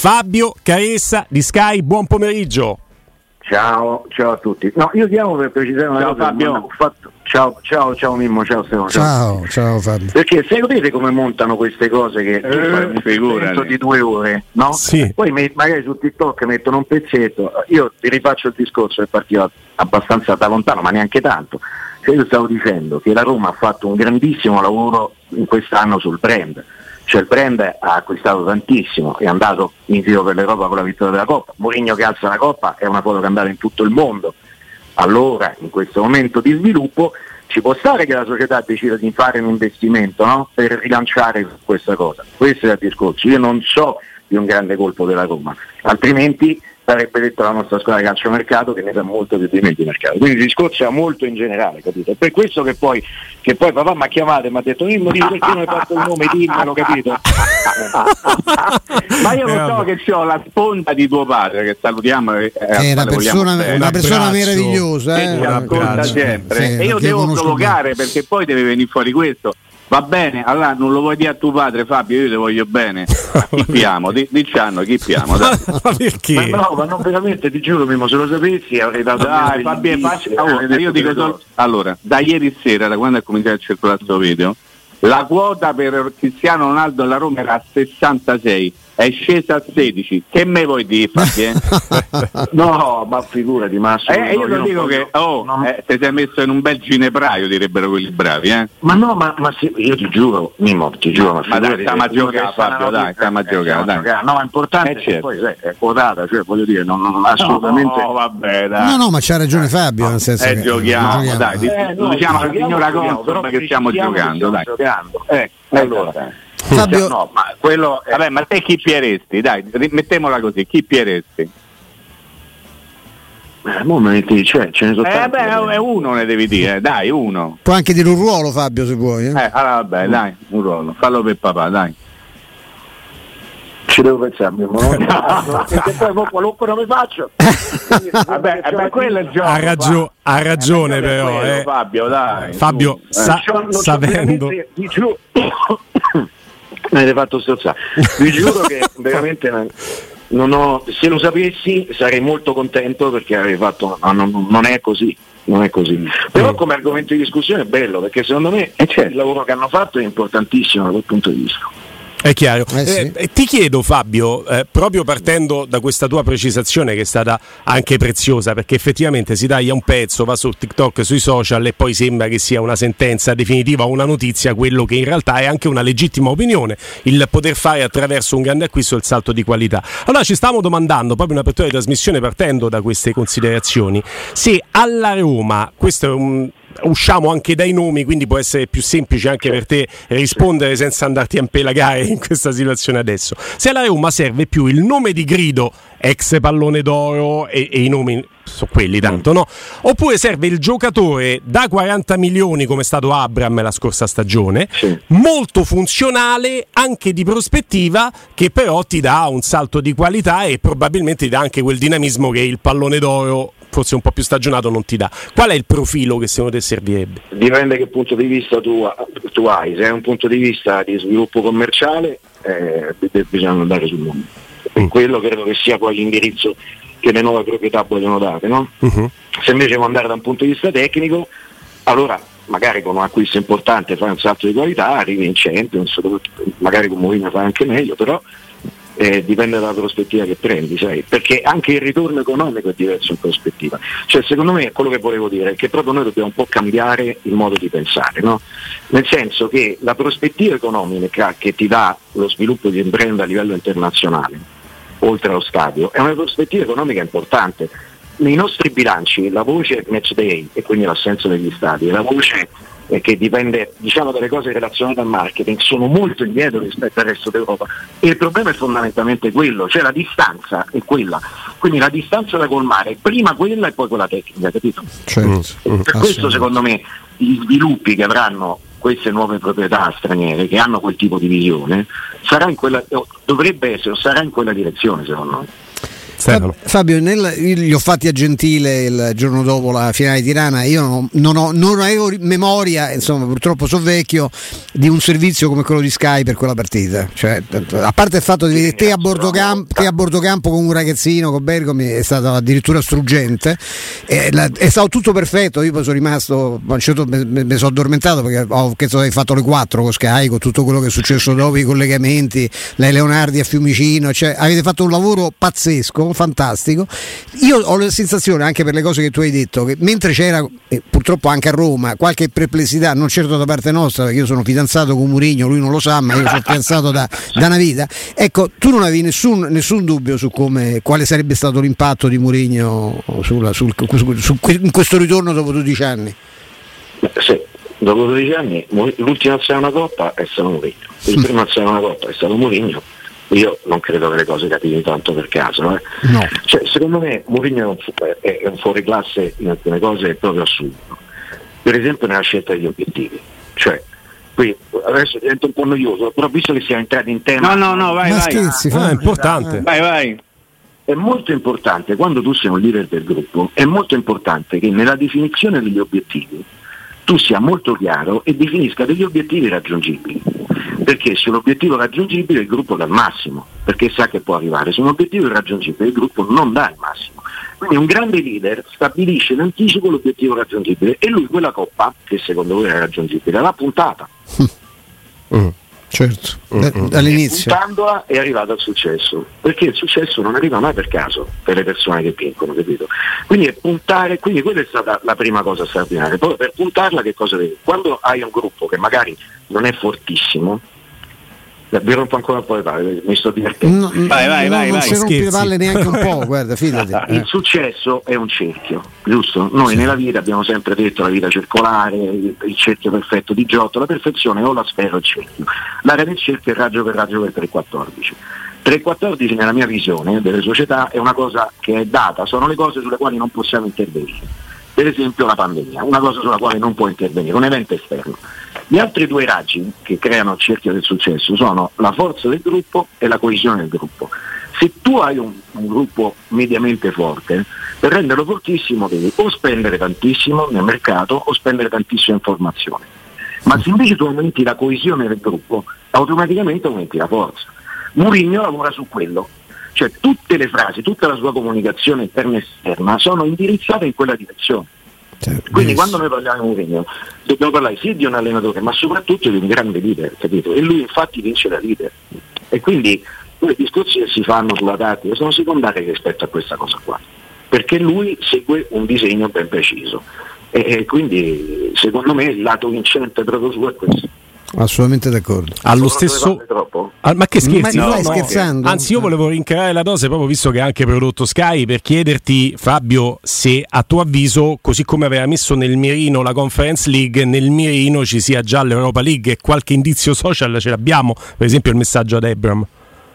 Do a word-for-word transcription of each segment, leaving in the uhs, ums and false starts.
Fabio Caressa di Sky, buon pomeriggio. Ciao, ciao a tutti. No, io chiamo per precisare una ciao, cosa. Fabio. Ho fatto... Ciao, ciao, ciao Mimmo, ciao Stefano. Ciao, ciao, ciao Fabio. Perché se vedete come montano queste cose che eh, un pezzetto di due ore, no? Sì. Poi me, magari su TikTok mettono un pezzetto, io ti rifaccio il discorso che partiva abbastanza da lontano, ma neanche tanto. Se io stavo dicendo che la Roma ha fatto un grandissimo lavoro in quest'anno sul brand. Cioè il brand ha acquistato tantissimo, è andato in giro per l'Europa con la vittoria della Coppa. Mourinho che alza la Coppa è una foto che è andata in tutto il mondo. Allora, in questo momento di sviluppo, ci può stare che la società decida di fare un investimento, no? Per rilanciare questa cosa. Questo è il discorso. Io non so di un grande colpo della Roma, altrimenti sarebbe detto la nostra squadra di calciomercato che ne sa molto più di me di mercato. Quindi il discorso è molto in generale, capito? È per questo che poi che poi papà mi ha chiamato e mi ha detto Mimmo, perché non hai fatto il nome, dimmelo, capito? Ma io lo so che c'ho la sponda di tuo padre, che salutiamo, eh, è una persona, una persona meravigliosa, eh? La ascolta sempre, sì, e io devo provocare bene. Perché poi deve venire fuori questo. Va bene, allora non lo vuoi dire a tuo padre, Fabio, io ti voglio bene. Chi piamo? Diciamo chi piamo, dai. Ma perché? Ma no, ma non veramente, ti giuro Mimmo, se lo sapessi avrei dato. Dai Fabio, faccio, allora, io dico solo, allora, da ieri sera, da quando è cominciato a circolare questo video, la quota per Cristiano Ronaldo alla Roma era a sessantasei, è scesa a sedici. Che me vuoi dire, Fabio? No, ma figurati, ma eh, io lo dico che oh, non... eh, ti sei messo in un bel ginepraio, direbbero quelli bravi, eh? Ma no, ma, ma se, io ti giuro, Mimmo, ti giuro, ma, ma dai, stiamo a giocare, Fabio, dai, stiamo a giocare, dai. No, ma è importante eh, certo. Che poi sai, è quotata, cioè voglio dire, non, non assolutamente. No, vabbè, dai. No, no, ma c'ha ragione Fabio, no, nel senso eh, che giochiamo, giochiamo. Dai, eh, no, diciamo alla signora Conso perché stiamo giocando, dai. Giocando. Eh, allora. Fabio, no, ma quello è... Vabbè, ma te chi pieresti? Dai, mettiamola così, chi pieresti? Eh, momenti, cioè, ce ne sono eh, tanti. Eh beh, è uno ne devi dire, dai, uno. Puoi anche dire un ruolo, Fabio, se vuoi. Eh, eh allora vabbè, dai, un ruolo, fallo per papà, dai. Ci devo pensare, mio no, perché poi qualunque non mi faccio. Vabbè, vabbè, quello è il gioco. Ha, ragio- ha ragione, eh, però, quello, eh. Fabio, dai. Fabio, tu, sa- eh. sapendo. Vi giuro, mi avete fatto strozzare. Vi giuro che veramente non ho, se lo sapessi sarei molto contento perché avrei fatto, no, non, non è così. Non è così, però come argomento di discussione è bello perché secondo me il lavoro che hanno fatto è importantissimo da quel punto di vista. È chiaro. Eh sì. eh, ti chiedo Fabio, eh, proprio partendo da questa tua precisazione che è stata anche preziosa, perché effettivamente si taglia un pezzo, va su TikTok, sui social e poi sembra che sia una sentenza definitiva o una notizia, quello che in realtà è anche una legittima opinione, il poter fare attraverso un grande acquisto il salto di qualità. Allora ci stavamo domandando, proprio in apertura di trasmissione partendo da queste considerazioni, se alla Roma, questo è un... usciamo anche dai nomi, quindi può essere più semplice anche per te rispondere senza andarti a impelagare in questa situazione adesso. Se alla Roma serve più il nome di grido, ex pallone d'oro e, e i nomi sono quelli tanto, no? Oppure serve il giocatore da quaranta milioni come è stato Abraham la scorsa stagione, sì. molto funzionale, anche di prospettiva, che però ti dà un salto di qualità e probabilmente ti dà anche quel dinamismo che il pallone d'oro forse un po' più stagionato non ti dà. Qual è il profilo che secondo te servirebbe? Dipende che punto di vista tu, tu hai. Se hai un punto di vista di sviluppo commerciale eh, bisogna andare sul nome. E mm. quello credo che sia poi l'indirizzo che le nuove proprietà vogliono dare, no? Uh-huh. Se invece vuoi andare da un punto di vista tecnico, allora magari con un acquisto importante fai un salto di qualità, arrivi in Champions, magari con Mourinho fai anche meglio, però Eh, dipende dalla prospettiva che prendi, sai, perché anche il ritorno economico è diverso in prospettiva. Cioè, secondo me, quello che volevo dire è che proprio noi dobbiamo un po' cambiare il modo di pensare, no? Nel senso che la prospettiva economica che ti dà lo sviluppo di un brand a livello internazionale, oltre allo stadio, è una prospettiva economica importante. Nei nostri bilanci la voce match day, e quindi l'assenza degli stadi, la voce eh, che dipende, diciamo, dalle cose relazionate al marketing, sono molto indietro rispetto al resto d'Europa, e il problema è fondamentalmente quello, cioè la distanza è quella, quindi la distanza da colmare è prima quella e poi quella tecnica, capito? Certo. Mm. Per questo secondo me gli sviluppi che avranno queste nuove proprietà straniere che hanno quel tipo di visione sarà in quella, dovrebbe essere o sarà in quella direzione, secondo me. Stefano. Fabio, nel, li ho fatti a Gentile il giorno dopo la finale di Tirana. Io non, non, ho, non avevo memoria, insomma, purtroppo so vecchio, di un servizio come quello di Sky per quella partita. Cioè, a parte il fatto di vedere te a bordo campo, te a bordo campo con un ragazzino, con Bergomi, è stato addirittura struggente. È, la, è stato tutto perfetto. Io poi sono rimasto, a un certo punto mi, mi sono addormentato perché ho che so, hai fatto le quattro con Sky, con tutto quello che è successo dopo, i collegamenti, la Leonardi a Fiumicino. Cioè, avete fatto un lavoro pazzesco, fantastico. Io ho la sensazione, anche per le cose che tu hai detto, che mentre c'era eh, purtroppo anche a Roma qualche perplessità, non certo da parte nostra, perché io sono fidanzato con Mourinho, lui non lo sa, ma io sono fidanzato da, da una vita. Ecco, tu non avevi nessun, nessun dubbio su come, quale sarebbe stato l'impatto di Mourinho sulla, sul, su, su, in questo ritorno dopo dodici anni? Sì, dopo dodici anni l'ultima azione una coppa è stato Mourinho, il primo azione una coppa è stato Mourinho. Io non credo che le cose capitino tanto per caso, eh. No. Cioè, secondo me Mourinho è un, fu- è un fuoriclasse in alcune cose, è proprio assurdo. Per esempio nella scelta degli obiettivi. Cioè, qui adesso diventa un po' noioso, però visto che siamo entrati in tema. No, no, no, vai, Ma vai. scherzi, Ah, è importante. Vai, vai. È molto importante, quando tu sei un leader del gruppo, è molto importante che nella definizione degli obiettivi tu sia molto chiaro e definisca degli obiettivi raggiungibili. Perché se un obiettivo raggiungibile il gruppo dà il massimo, perché sa che può arrivare. Se un obiettivo è raggiungibile il gruppo non dà il massimo. Quindi un grande leader stabilisce in anticipo l'obiettivo raggiungibile e lui quella coppa, che secondo voi era raggiungibile, l'ha puntata. Mm. Certo, mm-hmm. Dall'inizio. Puntandola è arrivato al successo, perché il successo non arriva mai per caso per le persone che vincono, capito? Quindi è puntare, quindi quella è stata la prima cosa straordinaria. Poi per puntarla che cosa vedi? Quando hai un gruppo che magari non è fortissimo, vi rompo ancora un po' le palle, mi sto divertendo. No, vai, vai, no, vai, non vai. si rompe le palle neanche un po', guarda, fidati. Il successo è un cerchio, giusto? Noi sì. Nella vita abbiamo sempre detto la vita circolare, il, il cerchio perfetto di Giotto, la perfezione o la sfera o il cerchio. L'area del cerchio è raggio per raggio per tre quattordici. tre quattordici nella mia visione delle società è una cosa che è data, sono le cose sulle quali non possiamo intervenire. Per esempio la pandemia, una cosa sulla quale non può intervenire, un evento esterno. Gli altri due raggi che creano il cerchio del successo sono la forza del gruppo e la coesione del gruppo. Se tu hai un, un gruppo mediamente forte, per renderlo fortissimo devi o spendere tantissimo nel mercato o spendere tantissima informazione. Ma se invece tu aumenti la coesione del gruppo, automaticamente aumenti la forza. Mourinho lavora su quello. Cioè tutte le frasi, tutta la sua comunicazione interna e esterna sono indirizzate in quella direzione. Certo, quindi yes. Quando noi parliamo di Mourinho dobbiamo parlare sì di un allenatore ma soprattutto di un grande leader, capito? E lui infatti vince da leader e quindi le discorsi che si fanno sulla tattica sono secondarie rispetto a questa cosa qua, perché lui segue un disegno ben preciso e, e quindi secondo me il lato vincente proprio suo è questo. Assolutamente d'accordo. Allo stesso ah, ma che scherzi, ma no, stai no. scherzando? Anzi, io volevo rincarare la dose proprio visto che ha anche prodotto Sky per chiederti, Fabio, se a tuo avviso, così come aveva messo nel mirino la Conference League, nel mirino ci sia già l'Europa League e qualche indizio social ce l'abbiamo, per esempio il messaggio ad Ebram.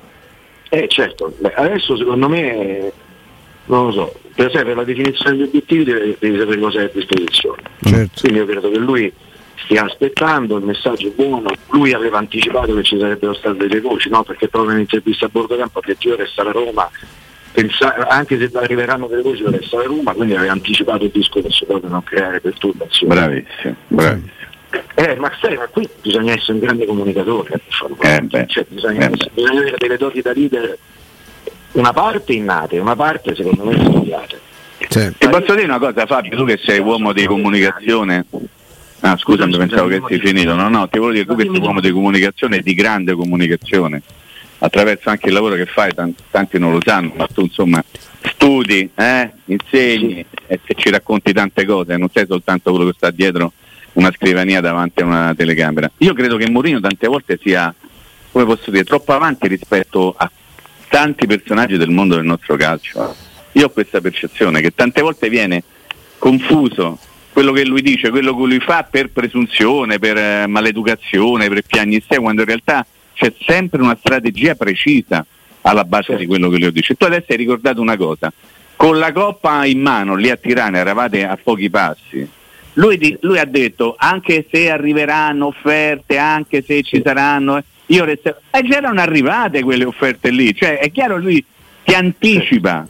Eh certo, beh, adesso secondo me non lo so, per esempio per la definizione degli obiettivi devi, devi sapere cosa è a disposizione. Certo. Quindi io credo che lui stia aspettando, il messaggio è buono, lui aveva anticipato che ci sarebbero state delle voci, no? Perché proprio in intervista a bordo campo ha detto io restare a Roma, pensa- anche se arriveranno delle voci per restare a Roma, quindi aveva anticipato il discorso proprio non creare perturbazioni. Bravissimo, bravissimo. Eh, ma sai, ma qui bisogna essere un grande comunicatore, eh, beh, cioè, bisogna, eh, essere, bisogna avere delle doti da leader, una parte innate, una parte secondo me studiate. Sì. Ti posso dire una cosa, Fabio, tu che sei uomo di comunicazione. Ah, scusami, pensavo che sei finito. No, no, ti voglio dire, tu che sei uomo di comunicazione e di grande comunicazione, attraverso anche il lavoro che fai, tanti, tanti non lo sanno, ma tu insomma studi, eh, insegni e ci racconti tante cose, non sei soltanto quello che sta dietro una scrivania davanti a una telecamera. Io credo che Mourinho tante volte sia, come posso dire, troppo avanti rispetto a tanti personaggi del mondo del nostro calcio. Io ho questa percezione che tante volte viene confuso quello che lui dice, quello che lui fa per presunzione, per eh, maleducazione, per piagnisteo, quando in realtà c'è sempre una strategia precisa alla base di quello che lui dice. Tu adesso hai ricordato una cosa, con la Coppa in mano lì a Tirana eravate a pochi passi, lui, di, lui ha detto anche se arriveranno offerte, anche se ci saranno, eh, io resterò, e eh, c'erano arrivate quelle offerte lì, cioè è chiaro, lui ti anticipa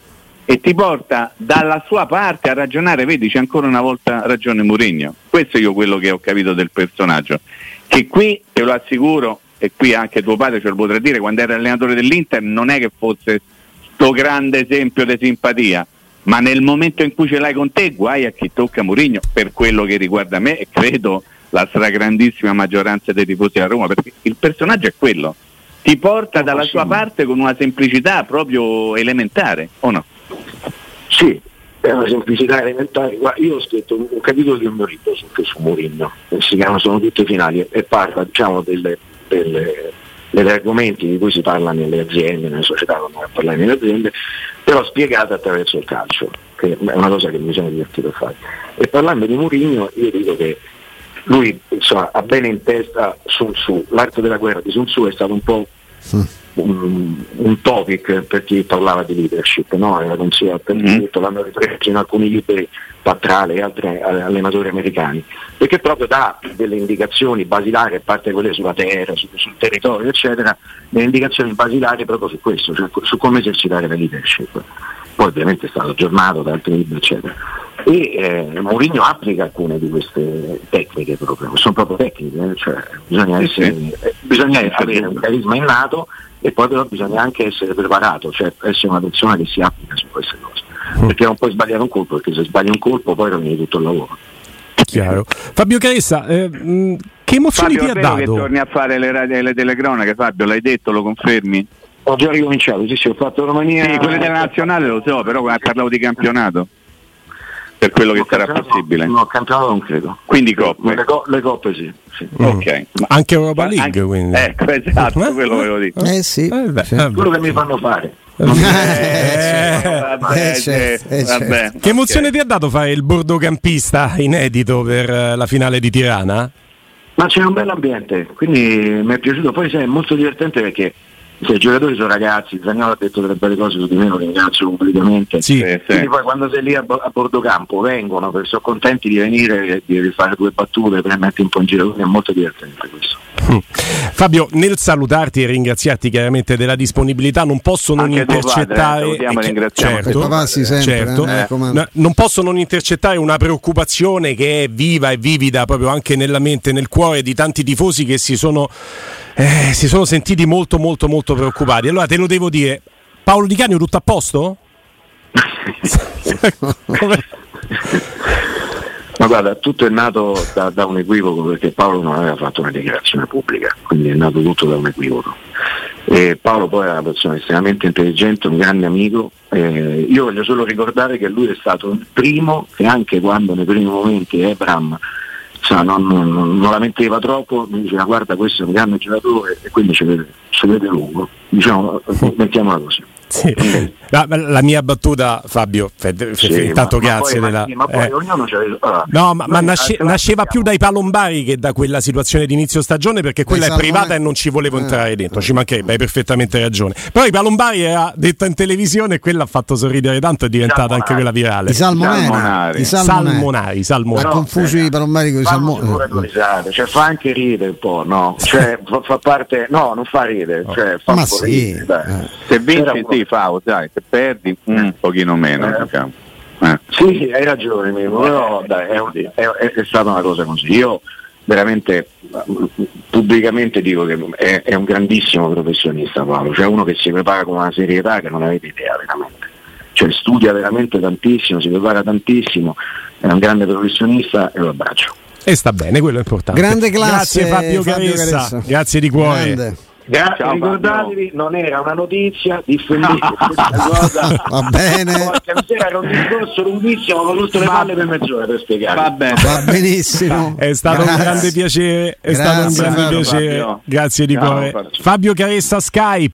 e ti porta dalla sua parte a ragionare. Vedi, c'è ancora una volta ragione Mourinho. Questo è io quello che ho capito del personaggio, che qui, te lo assicuro, e qui anche tuo padre ce lo potrà dire, quando era allenatore dell'Inter non è che fosse sto grande esempio di simpatia, ma nel momento in cui ce l'hai con te, guai a chi tocca Mourinho, per quello che riguarda me e credo la stragrandissima maggioranza dei tifosi della Roma, perché il personaggio è quello, ti porta dalla sua parte con una semplicità proprio elementare, o no? Sì, è una semplicità elementare. Guarda, io ho scritto un, un capitolo di un mio libro su, su Mourinho, si chiama Sono tutte finali, e parla, diciamo, delle, delle, degli argomenti di cui si parla nelle aziende, nelle società, non a parlare nelle aziende, però spiegata attraverso il calcio, che è una cosa che mi sono divertito a fare. E parlando di Mourinho, io dico che lui, insomma, ha bene in testa Sun Tzu, l'arte della guerra di Sun Tzu è stato un po' mm. un, un topic per chi parlava di leadership, no? Era consigliato, mm. l'hanno ripreso in alcuni libri Patrale e altri allenatori americani, perché proprio dà delle indicazioni basilari, a parte quelle sulla terra, su, sul territorio, eccetera, delle indicazioni basilari proprio su questo, cioè su come esercitare la leadership. Poi ovviamente è stato aggiornato da altri libri, eccetera. E eh, Mourinho applica alcune di queste tecniche proprio, sono proprio tecniche, eh? Cioè bisogna, essere, eh, bisogna avere un carisma innato, e poi però bisogna anche essere preparato, cioè essere una persona che si applica su queste cose, mm. perché non puoi sbagliare un colpo, perché se sbagli un colpo poi rovini tutto il lavoro. Chiaro. Fabio Caressa, eh, mh, che emozioni Fabio, ti ha dato? Che torni a fare le, le, le telecronache, Fabio, l'hai detto, lo confermi? Ho già ricominciato, sì sì, ho fatto Romania. Sì, quelle della nazionale lo so, però parlavo di campionato, per quello che sarà possibile. No, campionato non credo. Quindi coppe. Le, co- le coppe sì. sì. Mm. Ok. Ma anche Europa League, anche, quindi. Ecco, esatto, eh? quello volevo dire. Eh sì, eh, beh, sì. Vabbè. Quello che mi fanno fare. Eh, Eh, vabbè, eh, certo, eh, vabbè. Che emozione Okay. ti ha dato fare il bordocampista inedito per eh, la finale di Tirana? Ma c'è un bel ambiente, quindi mi è piaciuto. Poi sai, è molto divertente perché se i giocatori sono ragazzi, Zaniolo ha detto delle belle cose su di me, lo ringrazio pubblicamente. Sì. Sì, Quindi sì. poi quando sei lì a, a bordo campo vengono, perché sono contenti di venire e di rifare due battute per mettere un po' in giro, quindi è molto divertente questo. Fabio, nel salutarti e ringraziarti chiaramente della disponibilità, non posso non Anche tuo intercettare padre, eh, salutiamo e ringraziamo. certo, Il papà si sempre, certo. eh, come- No, non posso non intercettare una preoccupazione che è viva e vivida proprio anche nella mente e nel cuore di tanti tifosi che si sono eh, si sono sentiti molto molto molto preoccupati. Allora te lo devo dire, Paolo Di Canio, tutto a posto? Ma guarda, tutto è nato da, da un equivoco, perché Paolo non aveva fatto una dichiarazione pubblica, quindi è nato tutto da un equivoco. E Paolo poi è una persona estremamente intelligente, un grande amico. Eh, io voglio solo ricordare che lui è stato il primo che, anche quando nei primi momenti Ebram sa, non, non, non la metteva troppo, mi diceva guarda, questo è un grande giocatore e quindi ci vede, ci vede lungo, diciamo, mettiamola così. Sì. La, la mia battuta, Fabio, fe, fe, Sì, fe, intanto ma, grazie ma poi, della, ma, ma poi eh. ognuno c'aveva, allora, No, ma, ma noi nasce, al- nasceva più dai palombari che da quella situazione di inizio stagione, perché quella è Salmone- privata e non ci volevo Eh. entrare dentro, ci mancherebbe, hai perfettamente ragione. Però i palombari era detta in televisione e quella ha fatto sorridere tanto, è diventata Salmonari. anche quella virale. I salmonari, Salmonari. i salmonari. Salmonari, salmonari. Ha confuso i palombari con i Fammi pure salmoni. due risate, cioè fa anche ridere un po', no? Cioè fa, fa parte, no, non fa ridere, cioè fa Ma un po' sì, ridere, dai. eh. Se vinci Era un po'- sì, Fao, dai, se perdi un pochino meno, Eh. diciamo. Eh. Sì, hai ragione, Mimo, però dai, è, un- è- è- è stata una cosa così. Io veramente pubblicamente dico che è, è un grandissimo professionista Paolo, cioè uno che si prepara con una serietà che non avete idea veramente. Cioè studia veramente tantissimo, si prepara tantissimo, è un grande professionista e lo abbraccio. E sta bene, quello è importante. Grande classe, Grazie Fabio, Fabio Caressa. Caressa. Grazie di cuore. Grande. Grazie, Ciao, ricordatevi, non era una notizia, diffondete questa cosa. Va bene. Porca miseria, era un discorso lunghissimo, ho avuto le palle per mezz'ora per spiegare. Va bene. Va benissimo. È stato Grazie. un grande piacere, è Grazie, stato un grande Fabio. piacere. Fabio. Grazie di Ciao, cuore. Fabio. Fabio Caressa Sky.